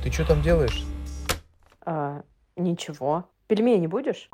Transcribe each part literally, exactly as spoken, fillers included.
Ты что там делаешь? А, ничего. Пельмени будешь?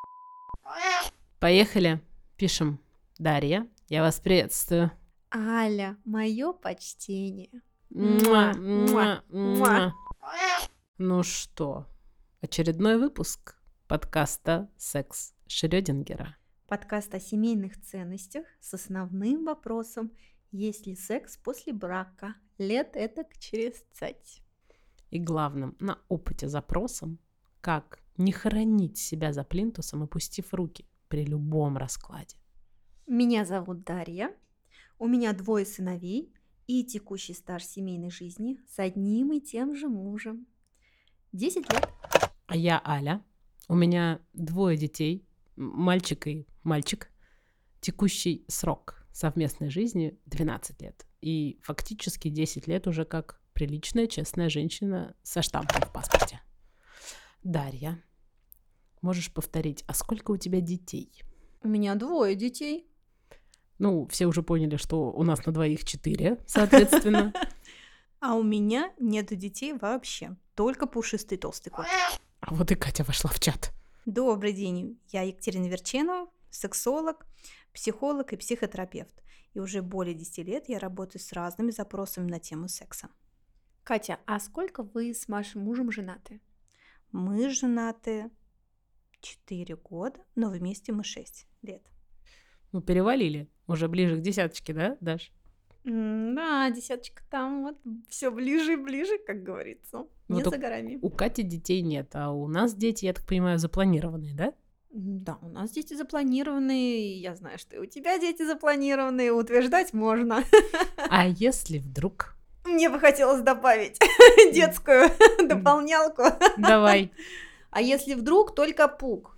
Поехали. Пишем. Дарья, я вас приветствую. Аля, мое почтение. Муа, Муа, муа, муа. муа. Ну что, очередной выпуск подкаста «Секс Шрёдингера». Подкаст о семейных ценностях с основным вопросом: есть ли секс после брака? Лет этак через цать. И главным на опыте запросом, как не хоронить себя за плинтусом, опустив руки при любом раскладе. Меня зовут Дарья. У меня двое сыновей и текущий стаж семейной жизни с одним и тем же мужем. Десять лет. А я Аля. У меня двое детей, м- мальчик и мальчик. Текущий срок совместной жизни двенадцать лет. И фактически десять лет уже как приличная, честная женщина со штампом в паспорте. Дарья, можешь повторить, а сколько у тебя детей? У меня двое детей. Ну, все уже поняли, что у нас на двоих четыре, соответственно. А у меня нету детей вообще, только пушистый толстый кот. А вот и Катя вошла в чат. Добрый день, я Екатерина Верченова, сексолог, психолог и психотерапевт. И уже более десяти лет я работаю с разными запросами на тему секса. Катя, а сколько вы с вашим мужем женаты? Мы женаты четыре года, но вместе мы шесть лет. Ну, перевалили. Уже ближе к десяточке, да, Даш? М, Да, десяточка там вот все ближе и ближе, как говорится. Не Вот за горами. У Кати детей нет, а у нас дети, я так понимаю, запланированные, да? М, Да, у нас дети запланированные. Я знаю, что и у тебя дети запланированные. Утверждать можно. А если вдруг... Мне бы хотелось добавить детскую дополнялку. Давай. А если вдруг только пук?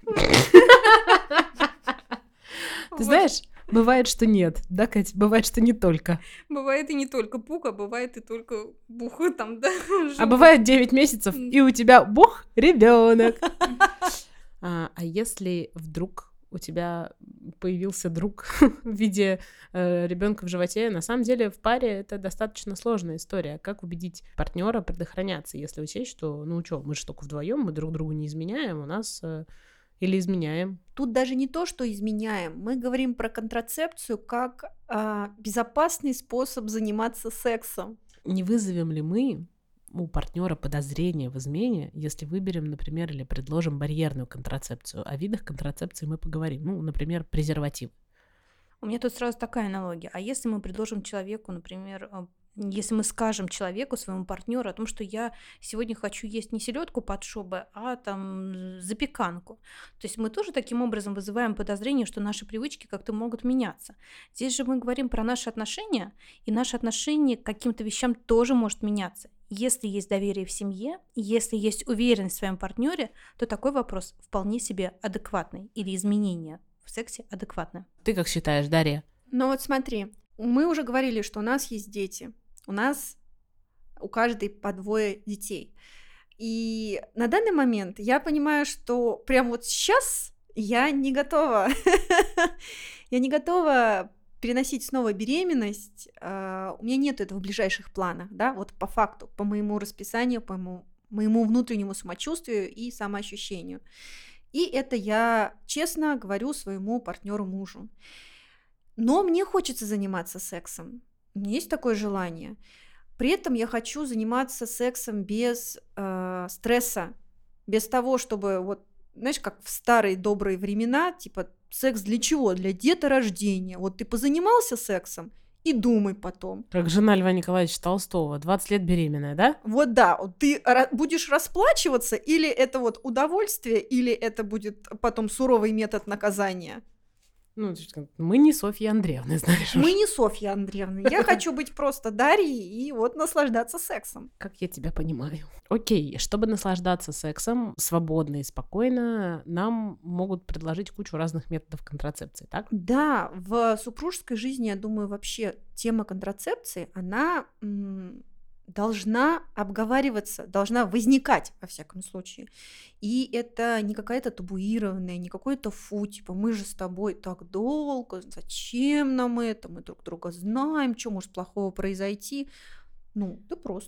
Ты знаешь, бывает, что нет, да, Кать? Бывает, что не только. Бывает и не только пук, а бывает и только буха там, да? А бывает девять месяцев, и у тебя бух ребенок. А, а если вдруг у тебя появился друг в виде э, ребенка в животе, на самом деле в паре это достаточно сложная история. Как убедить партнера предохраняться, если учесть, что, ну что, мы же только вдвоем, мы друг другу не изменяем, у нас э, или изменяем. Тут даже не то, что изменяем. Мы говорим про контрацепцию как а, безопасный способ заниматься сексом. Не вызовем ли мы у партнера подозрения в измене, если выберем, например, или предложим барьерную контрацепцию? О видах контрацепции мы поговорим. Ну, например, презерватив. У меня тут сразу такая аналогия. А если мы предложим человеку, например, э, если мы скажем человеку, своему партнеру о том, что я сегодня хочу есть не селедку под шубой, а там запеканку. То есть мы тоже таким образом вызываем подозрение, что наши привычки как-то могут меняться. Здесь же мы говорим про наши отношения, и наше отношение к каким-то вещам тоже может меняться. Если есть доверие в семье, если есть уверенность в своем партнере, то такой вопрос вполне себе адекватный, или изменение в сексе адекватное. Ты как считаешь, Дарья? Но вот смотри, мы уже говорили, что у нас есть дети. У нас у каждой по двое детей. И на данный момент я понимаю, что прямо вот сейчас я не готова. Я не готова переносить снова беременность. А, У меня нет этого в ближайших планах, да, вот по факту, по моему расписанию, по моему, моему внутреннему самочувствию и самоощущению. И это я честно говорю своему партнеру мужу. Но мне хочется заниматься сексом. У меня есть такое желание. При этом я хочу заниматься сексом без э, стресса, без того, чтобы вот, знаешь, как в старые добрые времена, типа секс для чего? Для деторождения. Вот ты позанимался сексом и думай потом. Как жена Льва Николаевича Толстого, двадцать лет беременная, да? Вот да, вот ты ра- будешь расплачиваться, или это вот удовольствие, или это будет потом суровый метод наказания. Ну, то есть как, мы не Софья Андреевна, знаешь. Мы уж. не Софья Андреевна. Я хочу быть просто Дарьей и вот наслаждаться сексом. Как я тебя понимаю. Окей, чтобы наслаждаться сексом свободно и спокойно, нам могут предложить кучу разных методов контрацепции, так? Да, в супружеской жизни, я думаю, вообще тема контрацепции, она м, должна обговариваться, должна возникать, во всяком случае. И это не какая-то табуированная, не какое-то фу, типа мы же с тобой так долго, зачем нам это, мы друг друга знаем, что может плохого произойти. Ну, да просто.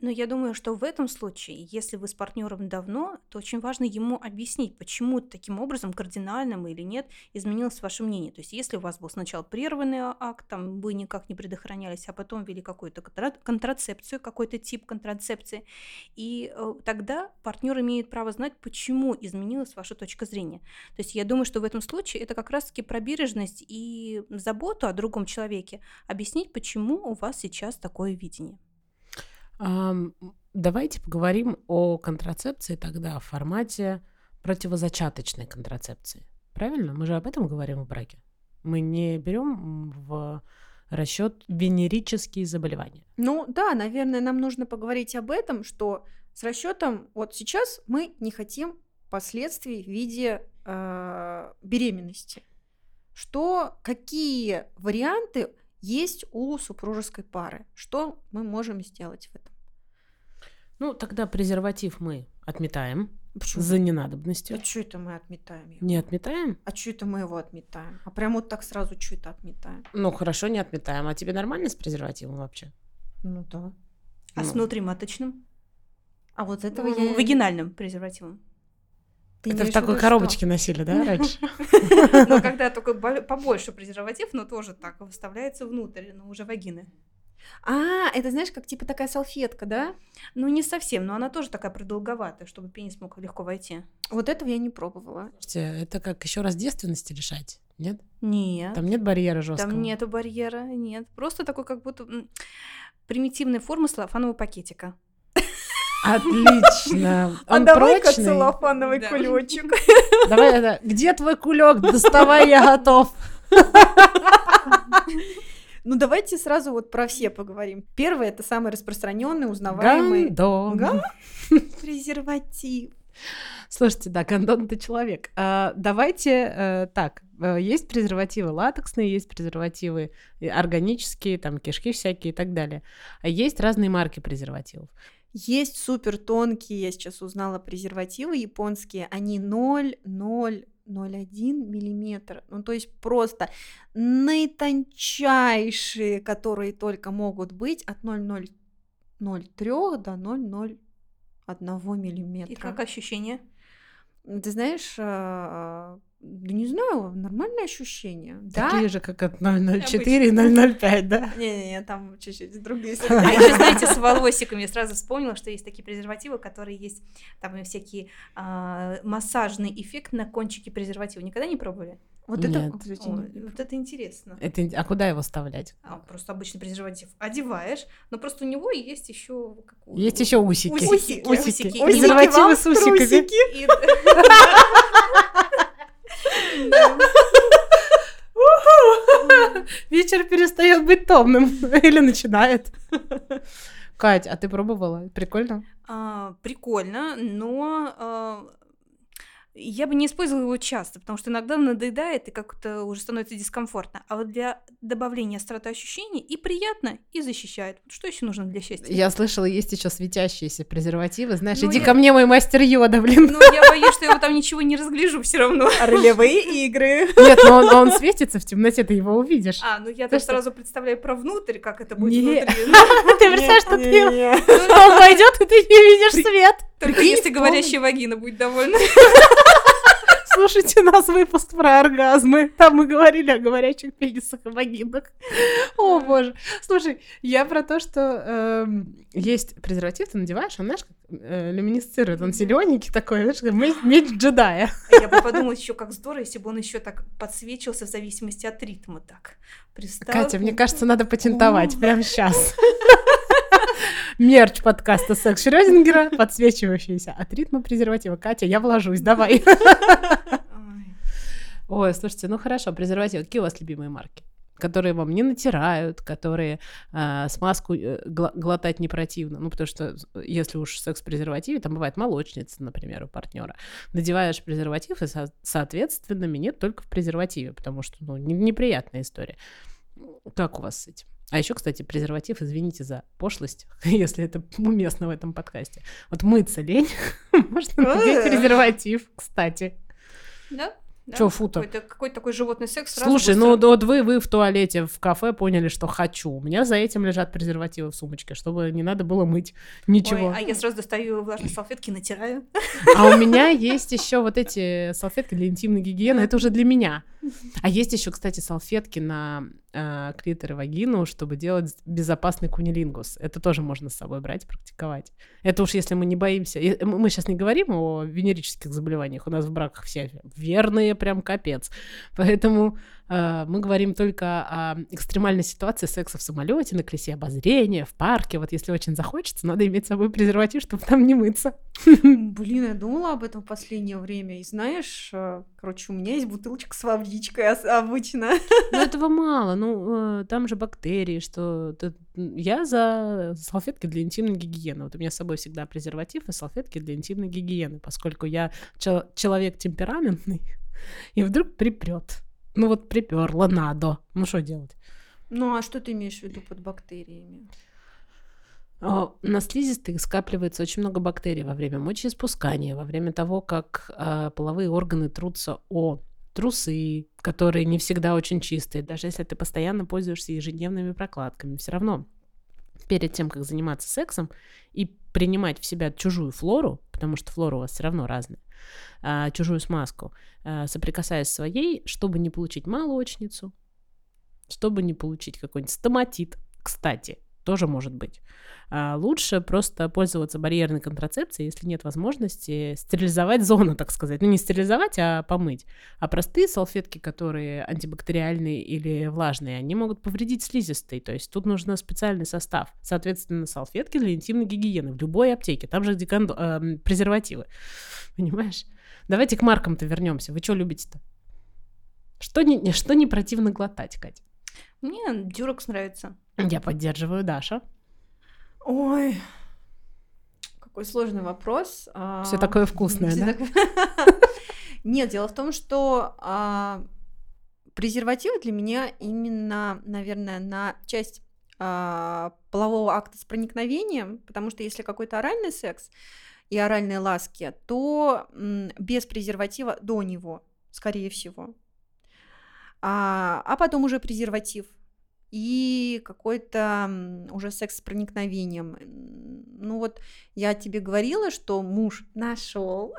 Но я думаю, что в этом случае, если вы с партнером давно, то очень важно ему объяснить, почему таким образом, кардинальным или нет, изменилось ваше мнение. То есть если у вас был сначала прерванный акт, там вы никак не предохранялись, а потом ввели какую-то контра- контрацепцию, какой-то тип контрацепции, и э, тогда партнер имеет право знать, почему изменилась ваша точка зрения. То есть я думаю, что в этом случае это как раз-таки про бережность и заботу о другом человеке, объяснить, почему у вас сейчас такое видение. Ам, Давайте поговорим о контрацепции тогда в формате противозачаточной контрацепции. Правильно? Мы же об этом говорим в браке. Мы не берем в расчет венерические заболевания. Ну да, наверное, нам нужно поговорить об этом, что с расчетом вот сейчас мы не хотим последствий в виде э, беременности. Что, какие варианты есть у супружеской пары? Что мы можем сделать в этом? Ну, тогда презерватив мы отметаем Почему? за ненадобностью. А что это мы отметаем его? Не отметаем? А что это мы его отметаем? А прям вот так сразу что это отметаем? Ну, хорошо, не отметаем. А тебе нормально с презервативом вообще? Ну да. А Ну. с внутриматочным? А вот этого М, я... Вагинальным презервативом. Ты Это в имеешь такой виду коробочке носили, да, раньше? Но когда только бо- побольше презерватив, но тоже так выставляется внутрь, но уже вагины. что? А, это знаешь, как типа такая салфетка, да? Ну, не совсем, но она тоже такая продолговатая, чтобы пенис мог легко войти. Вот этого я не пробовала. Слушайте, это как еще раз девственности решать, нет? Нет. Там нет барьера жесткого? Там нету барьера, нет. Просто такой как будто м, примитивная форма целлофанового пакетика. Отлично. А Он давай-ка прочный. целлофановый Да. кулечек. Давай, это, где твой кулек? Доставай, я готов. Ну давайте сразу вот про все поговорим. Первый — это самый распространенный, узнаваемый Гондон. Ган- презерватив. Слушайте, да, гондон — это человек. А, давайте э, так, э, есть презервативы латексные, есть презервативы э, органические, там кишки всякие и так далее. А есть разные марки презервативов. Есть супер тонкие, я сейчас узнала, презервативы японские, они ноль ноль ноль один миллиметр, ну то есть просто наитончайшие, которые только могут быть, от ноль ноль ноль три до ноль ноль один миллиметра. И как ощущение? Ты знаешь, а, да не знаю, нормальное ощущение. Такие Да? же, как от ноль ноль четыре и ноль ноль пять, да? Не-не-не, там чуть-чуть другие. А еще, знаете, с волосиками я сразу вспомнила, что есть такие презервативы, которые есть, там и всякие а, массажный эффект на кончике презерватива. Никогда не пробовали? Вот это, Нет. кстати, О, не- вот это интересно. Это, а куда его вставлять? А, просто обычный презерватив одеваешь, но просто у него есть еще Есть еще усики. Усики, усики. Усики. И Презервативы вам с усиками. трусики. Вечер перестает быть томным. Или начинает. Кать, а ты пробовала? Прикольно? А, прикольно, но а, я бы не использовала его часто, потому что иногда надоедает и как-то уже становится дискомфортно. А вот для добавления остроты ощущений и приятно, и защищает. Что еще нужно для счастья? Я слышала, есть еще светящиеся презервативы. Знаешь, Ну, иди я- ко мне, мой мастер Йода, блин. Ну, я боюсь, что я там ничего не разгляжу все равно. Ролевые игры. Нет, но он, он светится в темноте, ты его увидишь. А, ну я Ты так что? сразу представляю про внутрь, как это будет Не. внутри. Ты представляешь, что ты... Не-не-не. Он войдет, и ты не видишь свет. Только если говорящая вагина будет довольна. Слушайте нас выпуск про оргазмы. Там мы говорили о говорящих пенисах и вагинах. О, боже. Слушай, я про то, что эм, есть презерватив, ты надеваешь, он, знаешь, как э, люминесцирует. Он зелененький такой, знаешь, как меч, меч джедая. А я бы подумала еще, как здорово, если бы он еще так подсвечивался в зависимости от ритма. Так, представь. Катя, мне кажется, надо патентовать прямо сейчас. Мерч подкаста «Секс Шрёдингера», подсвечивающийся от ритма презерватива. Катя, я вложусь, давай. Ой. Ой, слушайте, ну хорошо, презервативы. Какие у вас любимые марки? Которые вам не натирают, которые э, смазку э, гла- глотать не противно. Ну, потому что если уж секс в презервативе, там бывает молочница, например, у партнера. Надеваешь презерватив, и, со- соответственно, минет только в презервативе, потому что, ну, не- неприятная история. Как у вас с этим? А еще, кстати, презерватив, извините за пошлость, если это уместно в этом подкасте. Вот мыться лень, можно надеть презерватив, кстати. Да? Да? Чё фу-то? Какой-то, какой-то такой животный секс. сразу Слушай, быстро. ну да вот вы, вы в туалете, в кафе поняли, что хочу. У меня за этим лежат презервативы в сумочке, чтобы не надо было мыть ничего. Ой, а я сразу достаю влажные салфетки, натираю. А у меня есть еще вот эти салфетки для интимной гигиены, это уже для меня. А есть еще, кстати, салфетки на э, клитор и вагину, чтобы делать безопасный кунилингус. Это тоже можно с собой брать, практиковать. Это уж если мы не боимся. И Мы сейчас не говорим о венерических заболеваниях, у нас в браках все верные, прям капец. Поэтому э, мы говорим только о экстремальной ситуации секса в самолете, на колесе обозрения, в парке. Вот если очень захочется, надо иметь с собой презерватив, чтобы там не мыться. Блин, я думала об этом в последнее время. И знаешь, э, короче, у меня есть бутылочка с водичкой ос- обычно. Но этого мало, ну, э, там же бактерии, что... ты- Я за салфетки для интимной гигиены. Вот у меня с собой всегда презерватив и салфетки для интимной гигиены, поскольку я чел- человек темпераментный, и вдруг припрет. Ну вот приперло, надо. Ну что делать? Ну, а что ты имеешь в виду под бактериями? А, На слизистой скапливается очень много бактерий во время мочеиспускания, во время того, как а, половые органы трутся о трусы, которые не всегда очень чистые. Даже если ты постоянно пользуешься ежедневными прокладками, все равно перед тем, как заниматься сексом и принимать в себя чужую флору, потому что флора у вас все равно разная, а, чужую смазку, а, соприкасаясь с своей, чтобы не получить молочницу, чтобы не получить какой-нибудь стоматит, кстати, тоже может быть. А, Лучше просто пользоваться барьерной контрацепцией, если нет возможности стерилизовать зону, так сказать. Ну, не стерилизовать, а помыть. А простые салфетки, которые антибактериальные или влажные, они могут повредить слизистой. То есть тут нужен специальный состав. Соответственно, салфетки для интимной гигиены в любой аптеке. Там же где кондо- эм, презервативы. Понимаешь? Давайте к маркам-то вернемся. Вы что любите-то? Что не, что не противно глотать, Катя? Мне дюрекс нравится. Я поддерживаю, Даша. Ой, какой сложный вопрос. Все такое вкусное, Всё да? такое- Нет, дело в том, что а, презервативы для меня именно, наверное, на часть а, полового акта с проникновением, потому что если какой-то оральный секс и оральные ласки, то м, без презерватива до него, скорее всего. А, а потом уже презерватив и какой-то м, уже секс с проникновением. М, Ну вот я тебе говорила, что муж нашел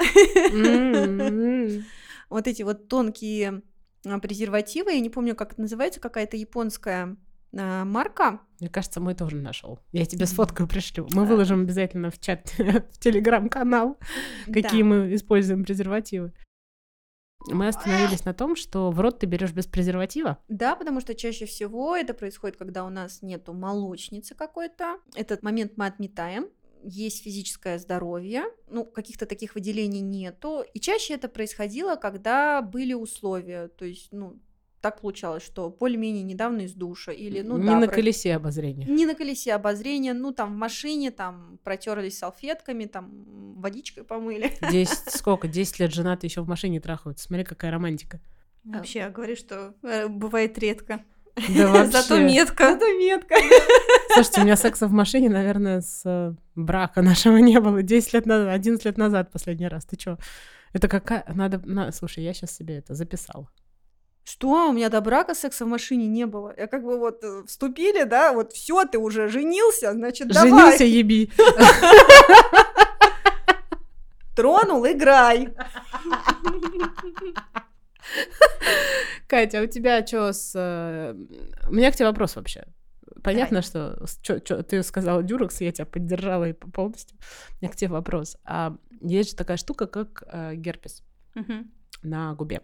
М-м-м. вот эти вот тонкие а, презервативы. Я не помню, как это называется, какая-то японская а, марка. Мне кажется, мой тоже нашел. Я тебе сфоткаю, пришлю. Мы выложим обязательно в чат, в телеграм-канал, какие Да. мы используем презервативы. Мы остановились на том, что в рот ты берешь без презерватива. Да, потому что чаще всего это происходит, когда у нас нету молочницы какой-то. Этот момент мы отметаем. Есть физическое здоровье, ну, каких-то таких выделений нету. И чаще это происходило, когда были условия. То есть, ну, так получалось, что более-менее недавно из душа. Или, ну, Не да, на про- колесе обозрения. не на колесе обозрения, ну, там, в машине, там, протерлись салфетками, там, водичкой помыли. Десять, сколько? Десять лет женаты еще в машине трахаются. Смотри, какая романтика. Вообще, я говорю, что э, бывает редко. Да вообще. Зато метко. Это метка. Слушайте, у меня секса в машине, наверное, с э, брака нашего не было. Десять лет назад, одиннадцать лет назад последний раз. Ты чё? Это какая... Надо... на- Слушай, я сейчас себе это записала. Что? У меня до брака секса в машине не было. Я как бы вот э, вступили, да, вот все, ты уже женился, значит, давай. Женился, еби. Тронул, играй. Катя, а у тебя что с... э, У меня к тебе вопрос вообще. Понятно, что с- чё- чё- ты сказала дюрекс, я тебя поддержала и по- полностью. У меня к тебе вопрос. А есть же такая штука, как э, герпес Мгм. на губе.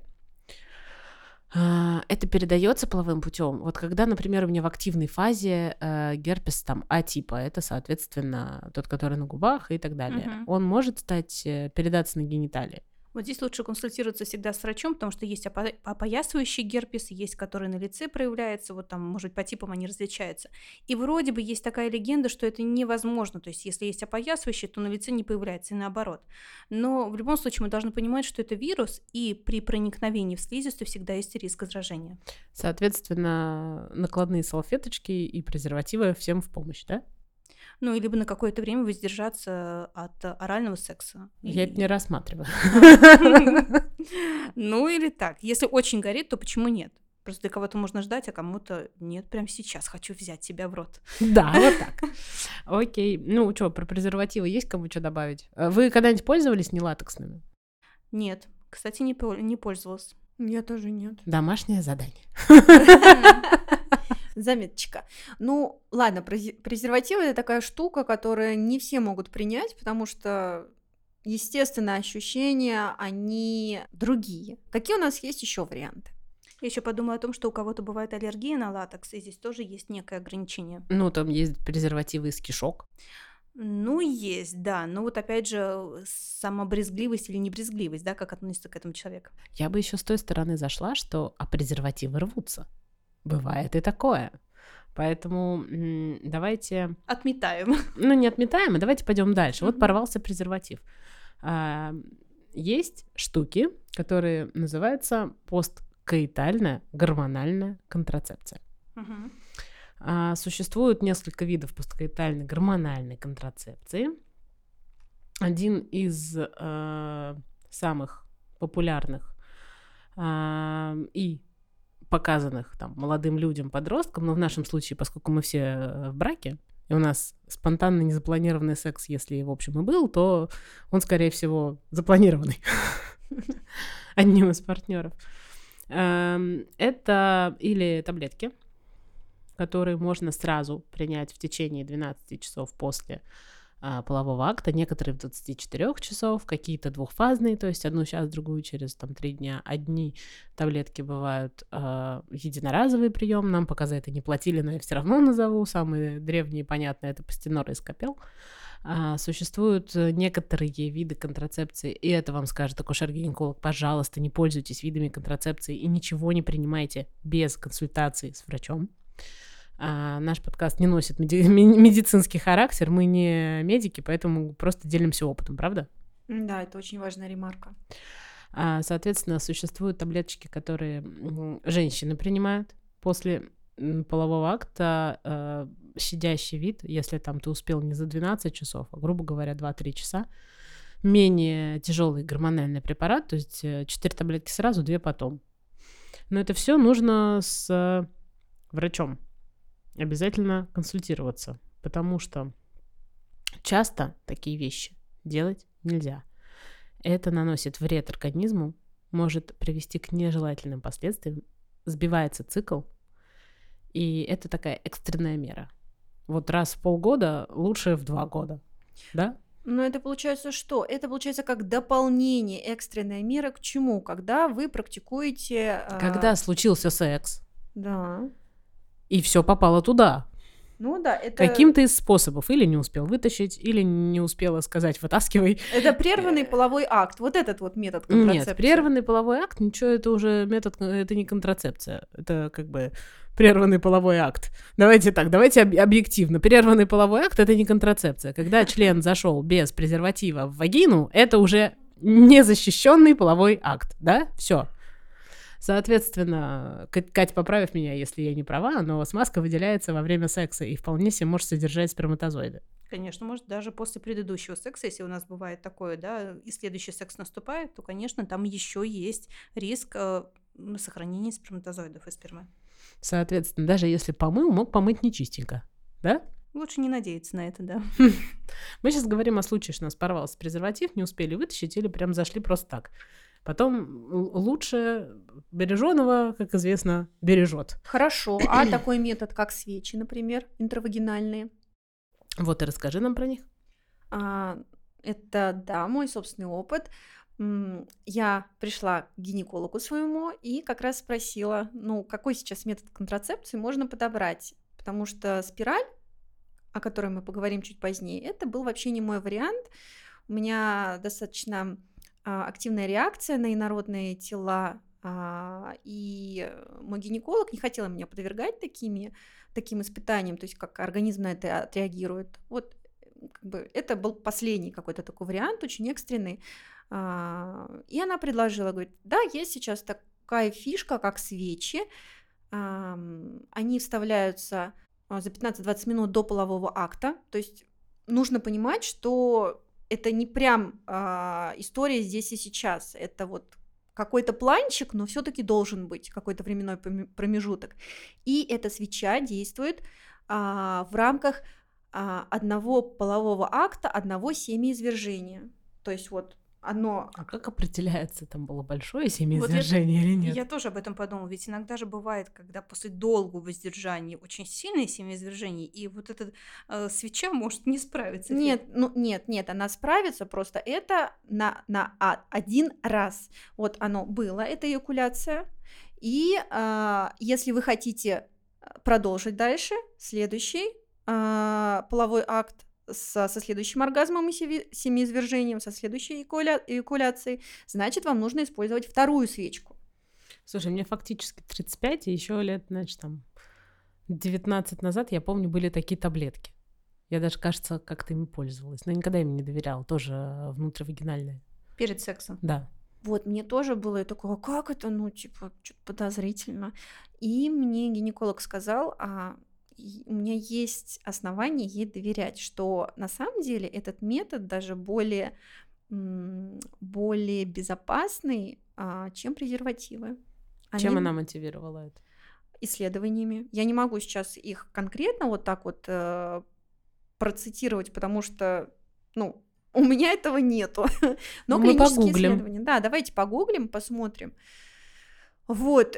А, Это передается половым путем. Вот когда, например, у меня в активной фазе э, герпес там А типа, это, соответственно, тот, который на губах и так далее. Мгм. Он может стать э, передаться на гениталии. Вот здесь лучше консультироваться всегда с врачом, потому что есть опо- опоясывающий герпес, есть который на лице проявляется, вот там, может, по типам они различаются. И вроде бы есть такая легенда, что это невозможно, то есть если есть опоясывающий, то на лице не появляется, и наоборот. Но в любом случае мы должны понимать, что это вирус, и при проникновении в слизистую всегда есть риск заражения. Соответственно, накладные салфеточки и презервативы всем в помощь, да? Ну, и либо на какое-то время воздержаться от орального секса. Я это не рассматриваю. Ну, или так. Если очень горит, то почему нет? Просто для кого-то можно ждать, а кому-то нет, прямо сейчас хочу взять себя в рот. Да, вот так. Окей. Ну, что, про презервативы есть кому что добавить? Вы когда-нибудь пользовались нелатексными? Нет, кстати, не, пол- не пользовалась. Я тоже нет. Домашнее задание. Заметочка. Ну, ладно, презер- презервативы — это такая штука, которую не все могут принять, потому что, естественно, ощущения, они другие. Какие у нас есть еще варианты? Я еще подумала о том, что у кого-то бывает аллергия на латекс, и здесь тоже есть некое ограничение. Ну, там есть презервативы из кишок. Ну, есть, да. Но вот опять же, сама брезгливость или небрезгливость, да, как относится к этому человек. Я бы еще с той стороны зашла, что а презервативы рвутся. Бывает и такое. Поэтому м, давайте... Отметаем. Ну, не отметаем, а давайте пойдем дальше. Вот Мгм. порвался презерватив. А, есть штуки, которые называются посткоитальная гормональная контрацепция. Мгм. А, существует несколько видов посткоитальной гормональной контрацепции. Один из э, самых популярных а, и показанных там молодым людям, подросткам, но в нашем случае, поскольку мы все э, в браке, и у нас спонтанный незапланированный секс, если, в общем, и был, то он, скорее всего, запланированный одним из партнеров. Эм, Это или таблетки, которые можно сразу принять в течение двенадцати часов после а, полового акта, некоторые в двадцати четырёх часов, какие-то двухфазные, то есть одну сейчас, другую через там три дня. Одни таблетки бывают а, единоразовый прием, нам пока за это не платили, но я все равно назову. Самые древние, понятные, это Пастенор и Скопел. А, существуют э, некоторые виды контрацепции, и это вам скажет акушер-гинеколог. Пожалуйста, не пользуйтесь видами контрацепции и ничего не принимайте без консультации с врачом. А, наш подкаст не носит меди- ми- медицинский характер, мы не медики, поэтому просто делимся опытом, правда? Да, это очень важная ремарка. А, соответственно, существуют таблеточки, которые м, женщины принимают после м, полового акта, э, щадящий вид, если там ты успел не за двенадцать часов, а, грубо говоря, два-три часа, менее тяжелый гормональный препарат, то есть э, четыре таблетки сразу, две потом. Но это все нужно с э, врачом. Обязательно консультироваться, потому что часто такие вещи делать нельзя. Это наносит вред организму, может привести к нежелательным последствиям, сбивается цикл, и это такая экстренная мера. Вот раз в полгода лучше в два года, да? Но это получается что? Это получается как дополнение, экстренная мера к чему? Когда вы практикуете... а, Когда случился секс, Да. и все попало туда, Ну да, это... каким-то из способов, или не успел вытащить, или не успела сказать «вытаскивай». Это прерванный половой акт. Вот этот вот метод контрацепции. Нет, прерванный половой акт, ничего, это уже метод, это не контрацепция, это как бы прерванный половой акт. Давайте так, давайте об- объективно. Прерванный половой акт — это не контрацепция. Когда член зашел без презерватива в вагину, это уже незащищенный половой акт, да? Все. Соответственно, К- Кать, поправив меня, если я не права, но смазка выделяется во время секса и вполне себе может содержать сперматозоиды. Конечно, может, даже после предыдущего секса, если у нас бывает такое, да, и следующий секс наступает, то, конечно, там еще есть риск э, м, сохранения сперматозоидов и спермы. Соответственно, даже если помыл, мог помыть нечистенько, да? Лучше не надеяться на это, да. Мы сейчас говорим о случае, что у нас порвался презерватив, не успели вытащить или прям зашли просто так. Потом л- лучше береженого, как известно, бережет. Хорошо. А такой метод, как свечи, например, интравагинальные? Вот и расскажи нам про них. А, это, да, мой собственный опыт. М, Я пришла к гинекологу своему и как раз спросила, ну, какой сейчас метод контрацепции можно подобрать, потому что спираль, о которой мы поговорим чуть позднее, это был вообще не мой вариант. У меня достаточно а, активная реакция на инородные тела, а, и мой гинеколог не хотел меня подвергать такими, таким испытаниям, то есть как организм на это отреагирует. Вот как бы это был последний какой-то такой вариант, очень экстренный. А, И она предложила, говорит, да, есть сейчас такая фишка, как свечи. Ам, Они вставляются а, за пятнадцать-двадцать минут до полового акта. То есть нужно понимать, что это не прям а, история здесь и сейчас. Это вот какой-то планчик, но все-таки должен быть какой-то временной поме- промежуток. И эта свеча действует а, в рамках а, одного полового акта, одного семяизвержения. То есть вот одно... А как определяется, там было большое Вот я, семяизвержение или я нет? тоже об этом подумала, ведь иногда же бывает, когда после долгого воздержания очень сильное семяизвержение, и вот эта э, свеча может не справиться. Фи- Нет, ну нет, нет, она справится, просто это на, на а- один раз. Вот оно было, это эякуляция. И а, если вы хотите а, продолжить дальше, следующий а, половой акт со, со следующим оргазмом и севи- семяизвержением, со следующей эякуля- эякуляцией, значит, вам нужно использовать вторую свечку. Слушай, мне фактически тридцать пять, и еще лет, значит, там девятнадцать назад, я помню, были такие таблетки. Я даже, кажется, как-то ими пользовалась, но никогда им не доверяла, тоже э, внутривагинальные. перед сексом. Да. Вот, мне тоже было такое, как это, ну, типа, что-то подозрительно. И мне гинеколог сказал, а и у меня есть основания ей доверять, что на самом деле этот метод даже более, м, более безопасный, а, чем презервативы. Чем Они она мотивировала это? исследованиями. Я не могу сейчас их конкретно вот так вот э, процитировать, потому что, ну, у меня этого нету. Но Ну, мы клинические погуглим. исследования. Да, давайте погуглим, посмотрим. Вот,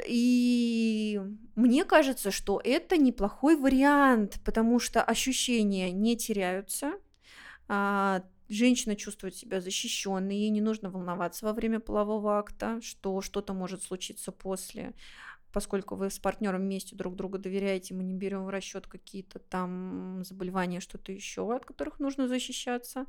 и мне кажется, что это неплохой вариант, потому что ощущения не теряются, а, женщина чувствует себя защищенной, ей не нужно волноваться во время полового акта, что что-то может случиться после, поскольку вы с партнером вместе друг другу доверяете, мы не берем в расчет какие-то там заболевания, что-то еще, от которых нужно защищаться,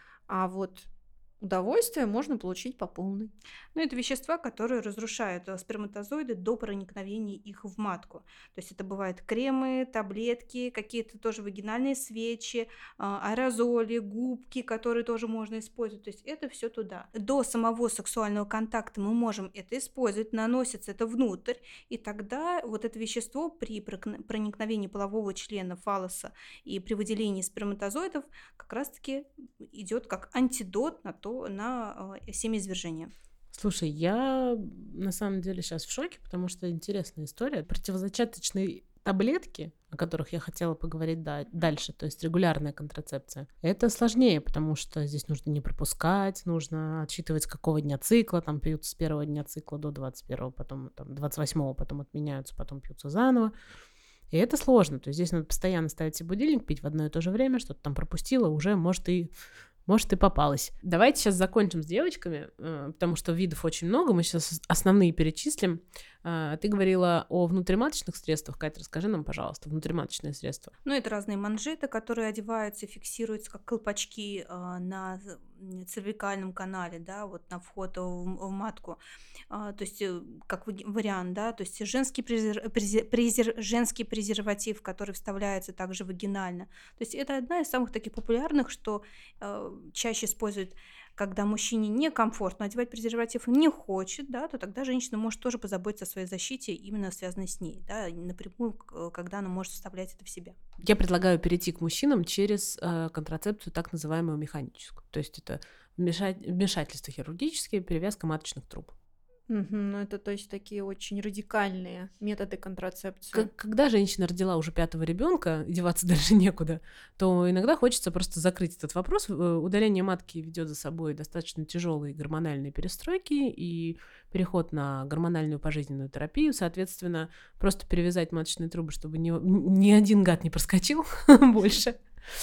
а вот удовольствие можно получить по полной. Ну, это вещества, которые разрушают э, сперматозоиды до проникновения их в матку. То есть это бывают кремы, таблетки, какие-то тоже вагинальные свечи, а, аэрозоли, губки, которые тоже можно использовать. То есть это все туда. До самого сексуального контакта мы можем это использовать, наносится это внутрь, и тогда вот это вещество при прокн- проникновении полового члена фаллоса и при выделении сперматозоидов как раз-таки идет как антидот на то, на э, семяизвержение. Слушай, я на самом деле сейчас в шоке, потому что интересная история. Противозачаточные таблетки, о которых я хотела поговорить да- дальше, то есть регулярная контрацепция, это сложнее, потому что здесь нужно не пропускать, нужно отсчитывать, с какого дня цикла, там пьются с первого дня цикла до двадцать первого, потом там, двадцать восьмого, потом отменяются, потом пьются заново. И это сложно, то есть здесь надо постоянно ставить себе будильник, пить в одно и то же время, что-то там пропустила, уже, может, и Может, и попалась. Давайте сейчас закончим с девочками, э, потому что видов очень много. Мы сейчас основные перечислим. А, Ты говорила о внутриматочных средствах. Катя, расскажи нам, пожалуйста, внутриматочные средства. Ну, это разные манжеты, которые одеваются и фиксируются как колпачки а, на з- м, цервикальном канале, да, вот на вход в, м- в матку. А, то есть, э, как ваги- вариант, да, то есть женский, презер- презер- презер- женский презерватив, который вставляется также вагинально. То есть это одна из самых таких популярных, что э, чаще используют, когда мужчине некомфортно одевать презерватив и не хочет, да, то тогда женщина может тоже позаботиться о своей защите, именно связанной с ней, да, и напрямую, к- когда она может вставлять это в себя. Я предлагаю перейти к мужчинам через э, контрацепцию, так называемую механическую. То есть это вмеша- вмешательство хирургические, перевязка маточных труб. Мгм, ну это то есть такие очень радикальные методы контрацепции. К- Когда женщина родила уже пятого ребенка, и деваться дальше некуда, то иногда хочется просто закрыть этот вопрос. Э, Удаление матки ведет за собой достаточно тяжелые гормональные перестройки и переход на гормональную пожизненную терапию. Соответственно, просто перевязать маточные трубы, чтобы ни, ни один гад не проскочил больше.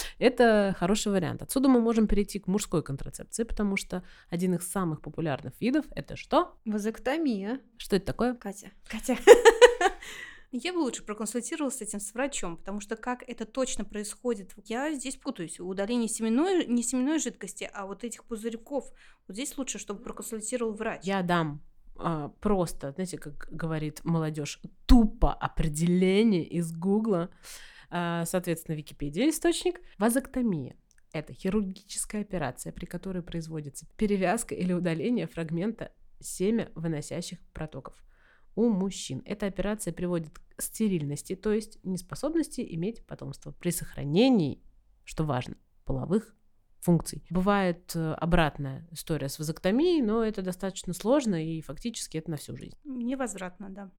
Это хороший вариант. Отсюда мы можем перейти к мужской контрацепции, потому что один из самых популярных видов — это что? Вазэктомия. Что это такое? Катя. Катя. Я бы лучше проконсультировалась с этим с врачом, потому что как это точно происходит, я здесь путаюсь. Удаление семенной, не семенной жидкости, а вот этих пузырьков. Вот здесь лучше, чтобы проконсультировал врач. Я дам а, просто, знаете, как говорит молодежь, тупо определение из Гугла. А, соответственно, Википедия источник. Вазэктомия — это хирургическая операция, при которой производится перевязка или удаление фрагмента семя выносящих протоков у мужчин. Эта операция приводит стерильности, то есть неспособности иметь потомство при сохранении, что важно, половых функций. Бывает э, обратная история с вазоктомией, но это достаточно сложно, и фактически это на всю жизнь. Невозвратно, да.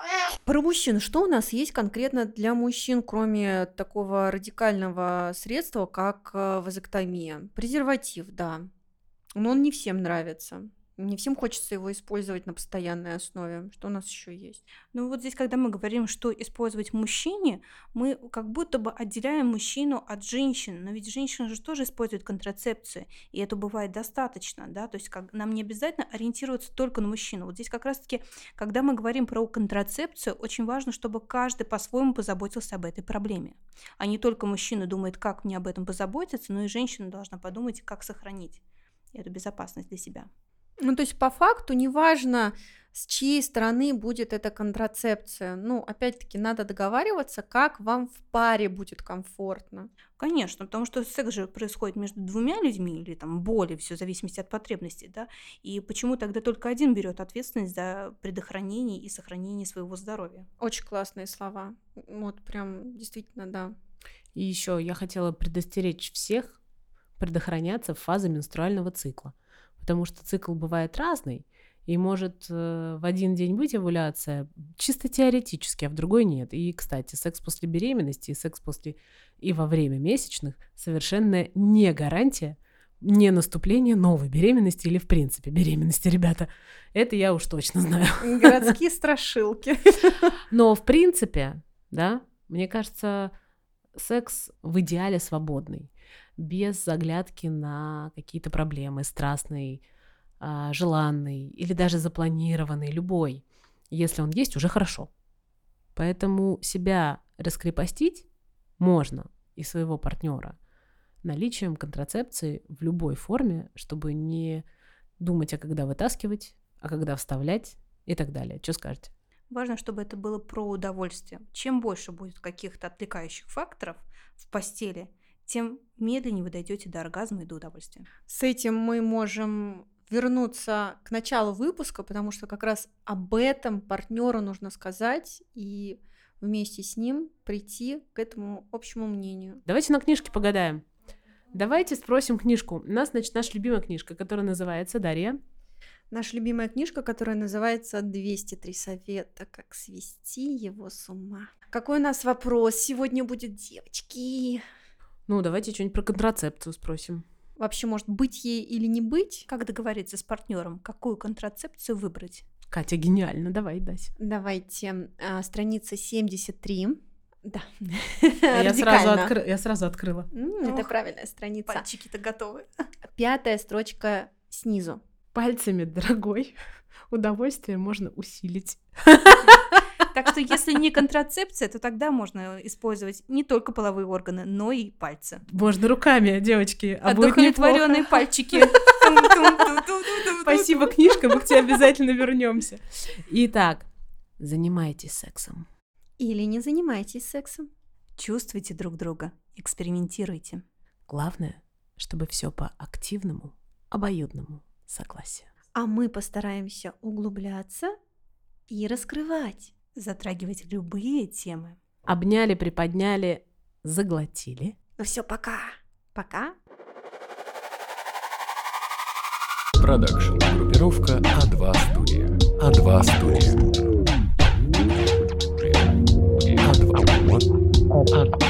Про мужчин. Что у нас есть конкретно для мужчин, кроме такого радикального средства, как э, вазоктомия? Презерватив, да. Но он не всем нравится. Не всем хочется его использовать на постоянной основе. Что у нас еще есть? Ну вот здесь, когда мы говорим, что использовать мужчине, мы как будто бы отделяем мужчину от женщины. Но ведь женщина же тоже использует контрацепцию, и это бывает достаточно, да, то есть как, нам не обязательно ориентироваться только на мужчину. Вот здесь как раз-таки, когда мы говорим про контрацепцию, очень важно, чтобы каждый по-своему позаботился об этой проблеме. А не только мужчина думает, как мне об этом позаботиться, но и женщина должна подумать, как сохранить эту безопасность для себя. Ну, то есть, по факту, неважно, с чьей стороны будет эта контрацепция. Ну, опять-таки, надо договариваться, как вам в паре будет комфортно. Конечно, потому что секс же происходит между двумя людьми, или там более, все в зависимости от потребностей, да, и почему тогда только один берет ответственность за предохранение и сохранение своего здоровья? Очень классные слова. Вот прям действительно, да. И еще я хотела предостеречь всех предохраняться в фазе менструального цикла, потому что цикл бывает разный, и может э, в один день быть овуляция чисто теоретически, а в другой нет. И, кстати, секс после беременности и секс после и во время месячных совершенно не гарантия не наступления новой беременности или в принципе беременности, ребята. Это я уж точно знаю. Городские страшилки. Но в принципе, да, мне кажется, секс в идеале свободный, без заглядки на какие-то проблемы, страстный, желанный или даже запланированный, любой. Если он есть, уже хорошо. Поэтому себя раскрепостить можно и своего партнера наличием контрацепции в любой форме, чтобы не думать, а когда вытаскивать, а когда вставлять и так далее. Что скажете? Важно, чтобы это было про удовольствие. Чем больше будет каких-то отвлекающих факторов в постели, тем медленнее вы дойдете до оргазма и до удовольствия. С этим мы можем вернуться к началу выпуска, потому что как раз об этом партнеру нужно сказать и вместе с ним прийти к этому общему мнению. Давайте на книжке погадаем. Давайте спросим книжку. У нас, значит, наша любимая книжка, которая называется, Дарья? Наша любимая книжка, которая называется «двести три совета, как свести его с ума». Какой у нас вопрос сегодня будет, девочки? Ну, давайте что-нибудь про контрацепцию спросим. Вообще, может, быть ей или не быть? Как договориться с партнером, какую контрацепцию выбрать? Катя, гениально, давай, Дась. Давайте, а, страница семьдесят три. Да, я, сразу откры... я сразу открыла. М, это Ох, правильная страница. Пальчики-то готовы. Пятая строчка снизу. Пальцами, дорогой, удовольствие можно усилить. Так что если не контрацепция, то тогда можно использовать не только половые органы, но и пальцы. Можно руками, девочки, а будет неплохо. Одухотворённые пальчики. Спасибо, книжка, мы к тебе обязательно вернемся. Итак, занимайтесь сексом. Или не занимайтесь сексом. Чувствуйте друг друга, экспериментируйте. Главное, чтобы все по активному, обоюдному согласию. А мы постараемся углубляться и раскрывать. Затрагивать любые темы. Обняли, приподняли, заглотили. Ну все, пока. Пока. Продакшн. Группировка А два студия. А два студия. А два. А два.